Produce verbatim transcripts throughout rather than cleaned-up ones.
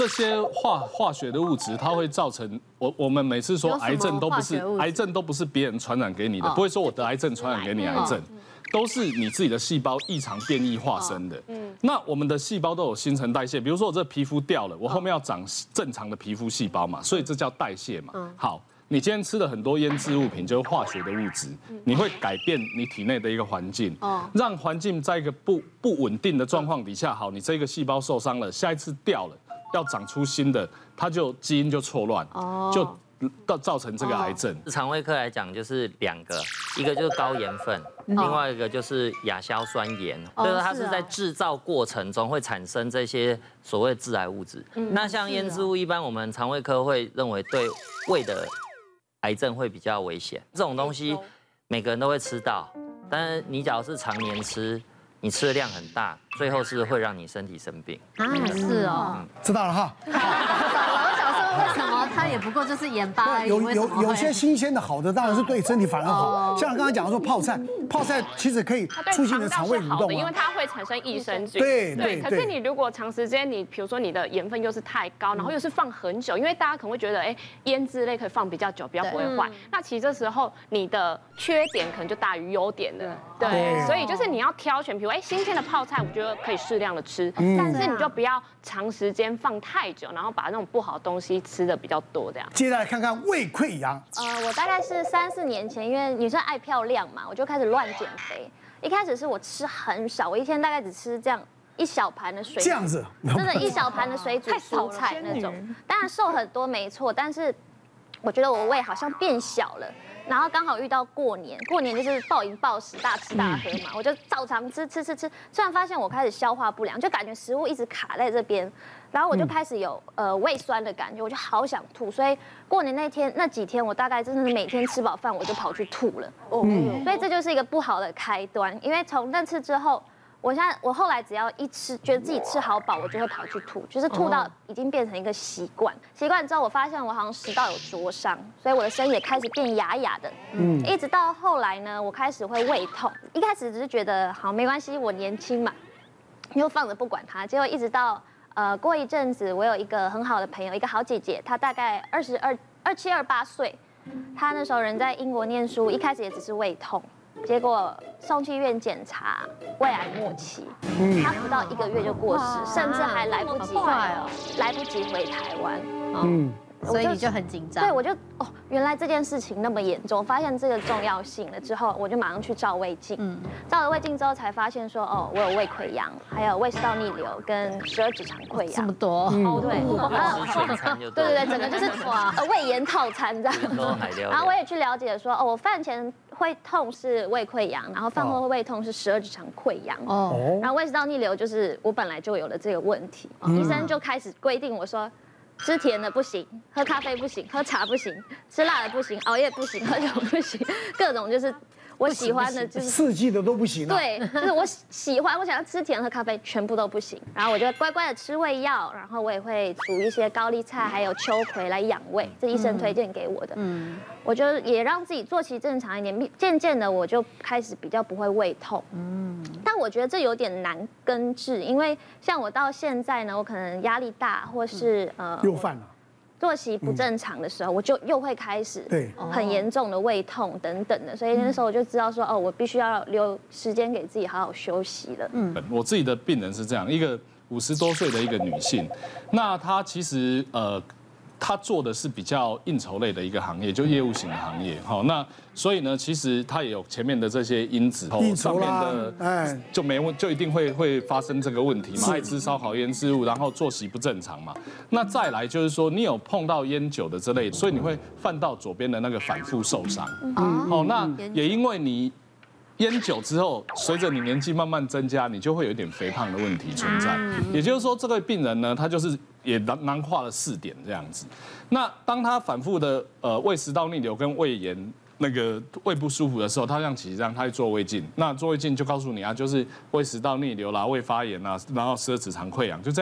这些化化学的物质，它会造成我我们每次说癌症都不是癌症都不是别人传染给你的，不会说我得癌症传染给你癌症。 都是你自己的细胞异常变异化生的。嗯，那我们的细胞都有新陈代谢，比如说我这皮肤掉了，我后面要长正常的皮肤细胞嘛，所以这叫代谢嘛。好，你今天吃了很多腌制物品，就是化学的物质，你会改变你体内的一个环境，让环境在一个不不稳定的状况底下，好，你这个细胞受伤了，下一次掉了，要长出新的，它就基因就错乱，就。 到造成这个癌症， 肠胃科来讲就是两个，一个就是高盐分，另外一个就是亚硝酸盐，就是它是在制造过程中会产生这些所谓致癌物质。那像腌制物，一般我们肠胃科会认为对胃的癌症会比较危险。这种东西每个人都会吃到，但是你假如是常年吃，你吃的量很大，最后是会让你身体生病。 啊，是哦， 知道了哈。 为什么它也不过就是盐巴而已？ 有有有些新鲜的好的，当然是对身体反而好。像刚刚讲说泡菜，泡菜其实可以促进你的肠胃蠕动啊， 因为它会产生益生菌。 对对。 可是你如果长时间，你比如说你的盐分又是太高，然后又是放很久，因为大家可能会觉得，哎，腌制类可以放比较久，比较不会坏。那其实这时候你的缺点可能就大于优点了。对，所以就是你要挑选，比如哎新鲜的泡菜，我觉得可以适量的吃，但是你就不要长时间放太久，然后把那种不好的东西吃的比较多这样。 接下来看看胃溃疡。 呃，我大概是三四年前，因为女生爱漂亮嘛，我就开始乱减肥。一开始是我吃很少，我一天大概只吃这样一小盘的水煮， 这样子， 真的，一小盘的水煮蔬菜那种。当然瘦很多没错，但是我觉得我胃好像变小了。然后刚好遇到过年，过年就是暴饮暴食、大吃大喝嘛，我就照常吃吃吃吃，突然发现我开始消化不良，就感觉食物一直卡在这边，然后我就开始有呃胃酸的感觉，我就好想吐，所以过年那天那几天我大概真的是每天吃饱饭我就跑去吐了，嗯，所以这就是一个不好的开端，因为从那次之后。我现在我后来只要一吃，觉得自己吃好饱，我就会跑去吐，就是吐到已经变成一个习惯。习惯之后，我发现我好像食道有灼伤，所以我的声音也开始变哑哑的。嗯，一直到后来呢，我开始会胃痛。一开始只是觉得好没关系，我年轻嘛，就放着不管它。结果一直到呃过一阵子，我有一个很好的朋友，一个好姐姐，她大概二十二二七二八岁，她那时候人在英国念书，一开始也只是胃痛。结果送去医院检查，胃癌末期，他不到一个月就过世，甚至还来不及，来不及回台湾。嗯， 所以你就很紧张。 对，我就哦，原来这件事情那么严重，发现这个重要性了之后，我就马上去照胃镜。嗯，照了胃镜之后才发现说，哦，我有胃溃疡，还有胃食道逆流跟十二指肠溃疡。 这么多？ 哦，对， 吃全餐就对对对，整个就是哇，胃炎套餐这样。然后我也去了解说，哦，我饭前会痛是胃溃疡，然后饭后会胃痛是十二指肠溃疡。哦，然后胃食道逆流就是我本来就有了这个问题，医生就开始规定我说。吃甜的不行，喝咖啡不行，喝茶不行，吃辣的不行，熬夜不行，喝酒不行，各种就是我喜欢的，就是刺激的都不行。 对，就是我喜欢，我想要吃甜喝咖啡，全部都不行。然后我就乖乖的吃胃药，然后我也会煮一些高丽菜还有秋葵来养胃，这医生推荐给我的。嗯，我就也让自己作息正常一点，渐渐的我就开始比较不会胃痛。嗯，但我觉得这有点难根治，因为像我到现在呢，我可能压力大，或是呃。 又犯了， 作息不正常的时候，我就又会开始很严重的胃痛等等的，所以那时候我就知道说，哦，我必须要留时间给自己好好休息了。嗯， 我自己的病人是这样，一个五十多岁的一个女性，那她其实呃。他做的是比较应酬类的一个行业，就业务型的行业，好，那所以呢，其实他也有前面的这些因子，上面的，哎，就没问，就一定会会发生这个问题嘛，爱吃烧烤腌制物，然后作息不正常嘛。那再来就是说，你有碰到烟酒的之类的，所以你会犯到左边的那个反复受伤，哦，那也因为你。烟酒之后，随着你年纪慢慢增加，你就会有一点肥胖的问题存在。也就是说，这个病人呢，他就是也囊囊括了四点这样子。那当他反复的呃胃食道逆流跟胃炎那个胃不舒服的时候，他像其实这样，他去做胃镜，那做胃镜就告诉你啊，就是胃食道逆流啦、胃发炎啦，然后十二指肠溃疡就这样子。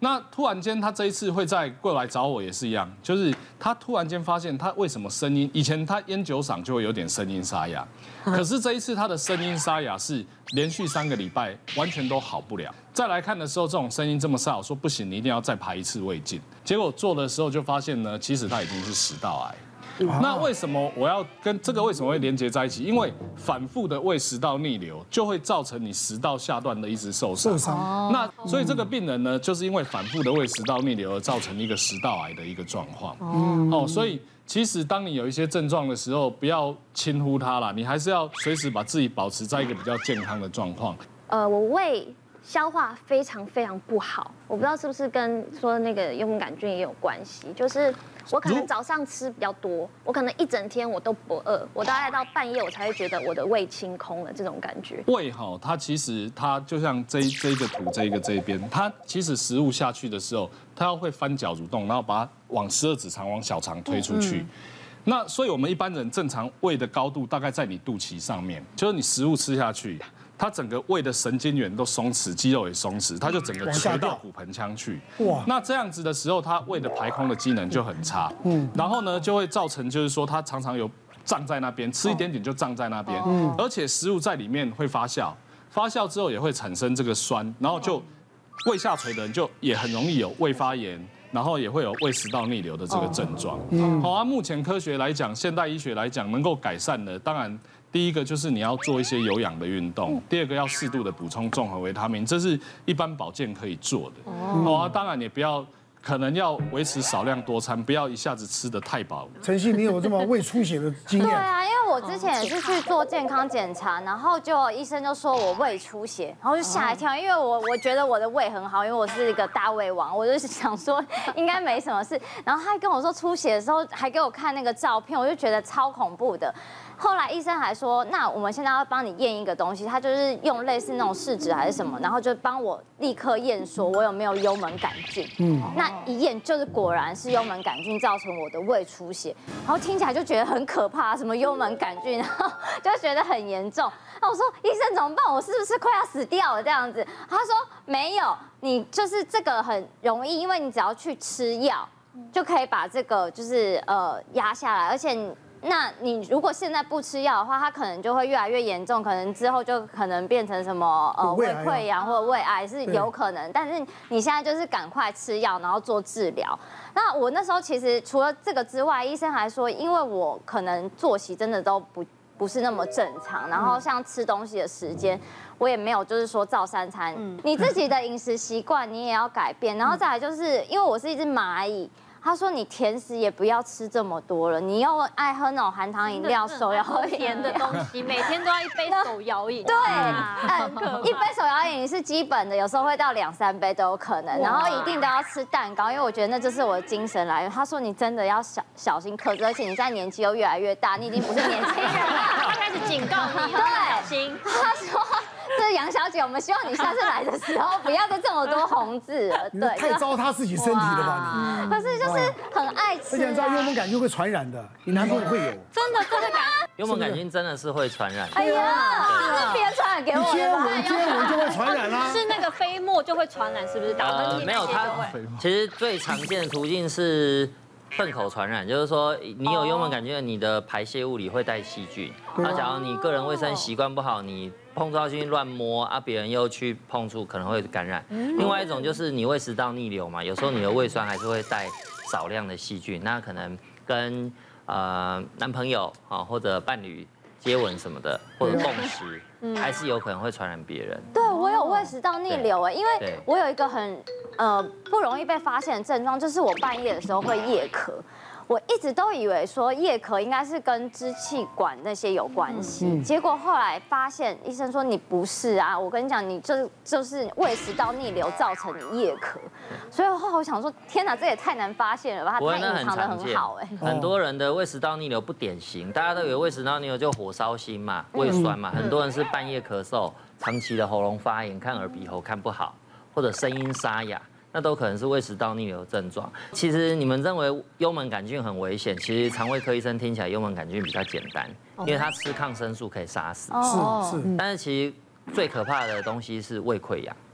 那突然间他这一次会再过来找我也是一样，就是他突然间发现他为什么声音，以前他烟酒嗓就会有点声音沙哑，可是这一次他的声音沙哑是连续三个礼拜完全都好不了。再来看的时候，这种声音这么沙，我说不行，你一定要再排一次胃镜。结果做的时候就发现呢，其实他已经是食道癌。那为什么我要跟这个为什么会连接在一起？因为反复的胃食道逆流就会造成你食道下段的一直受伤。受伤。那所以这个病人呢，就是因为反复的胃食道逆流而造成一个食道癌的一个状况。哦，所以其实当你有一些症状的时候，不要轻忽它啦，你还是要随时把自己保持在一个比较健康的状况。 呃，我胃消化非常非常不好，我不知道是不是跟说那个幽门杆菌也有关系，就是我可能早上吃比较多，我可能一整天我都不饿，我大概到半夜我才会觉得我的胃清空了这种感觉。 胃哈，它其实它就像这这个图这一个这一边，它其实食物下去的时候，它要会翻搅蠕动，然后把它往十二指肠往小肠推出去。嗯那所以我们一般人正常胃的高度大概在你肚脐上面，就是你食物吃下去。它整个胃的神经元都松弛，肌肉也松弛，它就整个垂到骨盆腔去。哇！那这样子的时候，它胃的排空的机能就很差。嗯。然后呢，就会造成就是说，它常常有胀在那边，吃一点点就胀在那边。嗯。而且食物在里面会发酵，发酵之后也会产生这个酸，然后就胃下垂的人就也很容易有胃发炎，然后也会有胃食道逆流的这个症状。嗯。好啊，目前科学来讲，现代医学来讲，能够改善的，当然。第一个就是你要做一些有氧的运动，第二个要适度的补充综合维他命，这是一般保健可以做的。哦，啊，当然也不要，可能要维持少量多餐，不要一下子吃得太饱。 晨曦，你有这么胃出血的经验？ 对啊，因为我之前也是去做健康检查，然后就医生就说我胃出血，然后就吓一跳，因为我我觉得我的胃很好，因为我是一个大胃王，我就是想说应该没什么事。然后他还跟我说出血的时候，还给我看那个照片，我就觉得超恐怖的。后来医生还说，那我们现在要帮你验一个东西，他就是用类似那种试纸还是什么，然后就帮我立刻验说我有没有幽门杆菌。嗯，那一验就是果然是幽门杆菌造成我的胃出血，然后听起来就觉得很可怕，什么幽门杆菌，然后就觉得很严重。那我说医生怎么办？我是不是快要死掉了这样子？他说没有，你就是这个很容易，因为你只要去吃药，就可以把这个就是呃压下来，而且你。那你如果现在不吃药的话，它可能就会越来越严重，可能之后就可能变成什么呃胃溃疡或者胃癌是有可能。但是你现在就是赶快吃药，然后做治疗。那我那时候其实除了这个之外，医生还说，因为我可能作息真的都不不是那么正常，然后像吃东西的时间，我也没有就是说照三餐。你自己的饮食习惯你也要改变，然后再来就是因为我是一只蚂蚁。他说：“你甜食也不要吃这么多了，你又爱喝那种含糖饮料、手摇饮甜的东西，每天都要一杯手摇饮。 对，嗯，一杯手摇饮是基本的，有时候会到两三杯都有可能。然后一定都要吃蛋糕，因为我觉得那就是我的精神来源。他说你真的要小小心克制，而且你现在年纪又越来越大，你已经不是年轻人了。 他开始警告你，对，小心。 他说。”这杨小姐，我们希望你下次来的时候不要再这么多红字了。对， 太糟蹋自己身体了吧你？ 可是就是很爱吃。 而且你知道幽门杆菌会传染的，你男朋友会有。 真的真的感。 幽门杆菌真的是会传染。 哎呀，是别人传染给我。 接吻接吻就会传染啦。 是那个飞沫就会传染，是不是？ 呃，没有，它其实最常见的途径是。粪口传染，就是说你有幽门杆菌，你的排泄物里会带细菌。那假如你个人卫生习惯不好，你碰到细菌乱摸啊，别人又去碰触，可能会感染。另外一种就是你胃食道逆流嘛，有时候你的胃酸还是会带少量的细菌，那可能跟呃男朋友啊或者伴侣接吻什么的，或者共食，还是有可能会传染别人。 对，我有胃食道逆流哎，因为我有一个很。呃，不容易被发现的症状就是我半夜的时候会夜咳。我一直都以为说夜咳应该是跟支气管那些有关系，嗯、结果后来发现医生说你不是啊，我跟你讲，你就就是胃食道逆流造成你夜咳。所以后来我想说，天哪，这也太难发现了吧？它太隐藏得很好哎。 很多人的胃食道逆流不典型，大家都以为胃食道逆流就火烧心嘛，胃酸嘛，很多人是半夜咳嗽，长期的喉咙发炎，看耳鼻喉看不好。或者声音沙哑，那都可能是胃食道逆流症状。其实你们认为幽门杆菌很危险，其实肠胃科医生听起来幽门杆菌比较简单，因为它吃抗生素可以杀死。 是是。 但是其实最可怕的东西是胃溃疡。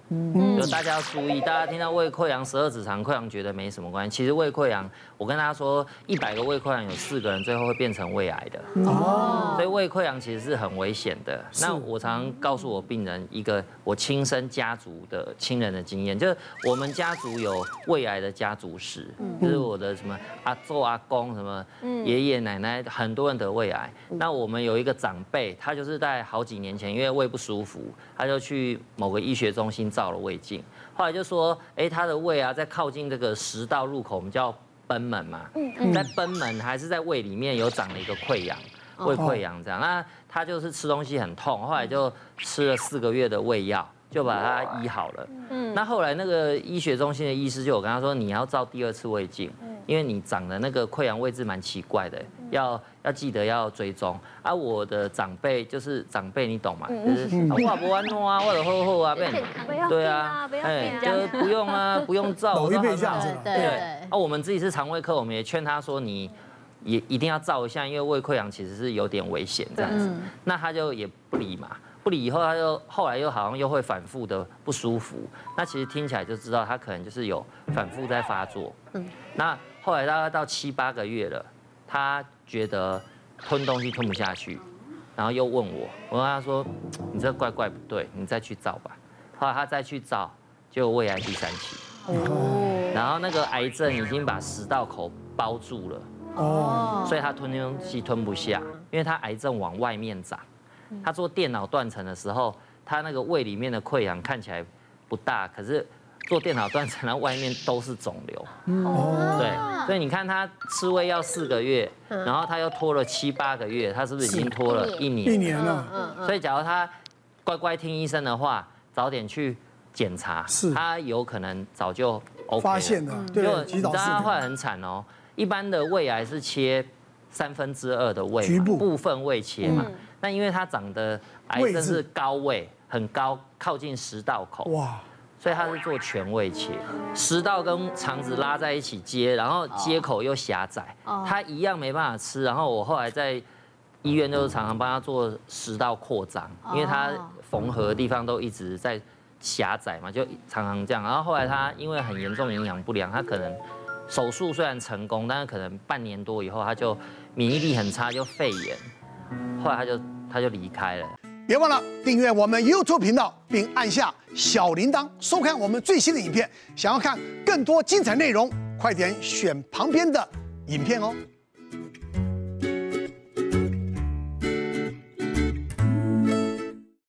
嗯，就大家要注意，大家听到胃溃疡、十二指肠溃疡觉得没什么关系，其实胃溃疡，我跟大家说，一百个胃溃疡有四个人最后会变成胃癌的。哦，所以胃溃疡其实是很危险的。那我常常告诉我病人一个我亲身家族的亲人的经验，就是我们家族有胃癌的家族史，就是我的什么阿祖阿公、什么爷爷奶奶，很多人得胃癌。那我们有一个长辈，他就是在好几年前因为胃不舒服，他就去某个医学中心照了胃镜，后来就说，哎，他的胃啊，在靠近这个食道入口，我们叫贲门嘛，在贲门还是在胃里面有长了一个溃疡，胃溃疡这样。那他就是吃东西很痛，后来就吃了四个月的胃药，就把它医好了。那后来那个医学中心的医师就有跟他说，你要照第二次胃镜，因为你长的那个溃疡位置蛮奇怪的，要要记得要追踪。啊，我的长辈就是长辈，你懂吗？就是我不安诺啊，我的厚厚啊，变对啊，哎，就是不用啊，不用照。 老一辈这样子。 对对。 啊，我们自己是肠胃科，我们也劝他说，你也一定要照一下，因为胃溃疡其实是有点危险这样子。那他就也不理嘛。不理以后，他就后来又好像又会反复的不舒服。那其实听起来就知道他可能就是有反复在发作。嗯。那后来大概到七八个月了，他觉得吞东西吞不下去，然后又问我，我跟他说，你这怪怪不对，你再去照吧。后来他再去照，就胃癌第三期。哦。然后那个癌症已经把食道口包住了。哦。所以他吞东西吞不下，因为他癌症往外面长。他做电脑断层的时候，他那个胃里面的溃疡看起来不大，可是做电脑断层，它外面都是肿瘤。哦，对，所以你看他吃胃药四个月，然后他又拖了七八个月，他是不是已经拖了一年？ 一年了。 所以假如他乖乖听医生的话，早点去检查，他有可能早就 OK 了。 发现了，对， 你知道他后来很惨哦，一般的胃癌是切三分之二的胃， 局部部分胃切嘛。那因为它长的癌症是高位，很高，靠近食道口，哇，所以它是做全胃切，食道跟肠子拉在一起接，然后接口又狭窄，它一样没办法吃。然后我后来在医院就是常常帮他做食道扩张，因为他缝合的地方都一直在狭窄嘛，就常常这样。然后后来他因为很严重营养不良，他可能手术虽然成功，但是可能半年多以后他就免疫力很差，就肺炎。后来他就他就离开了。 别忘了订阅我们 YouTube 频道，并按下小铃铛，收看我们最新的影片。想要看更多精彩内容，快点选旁边的影片哦。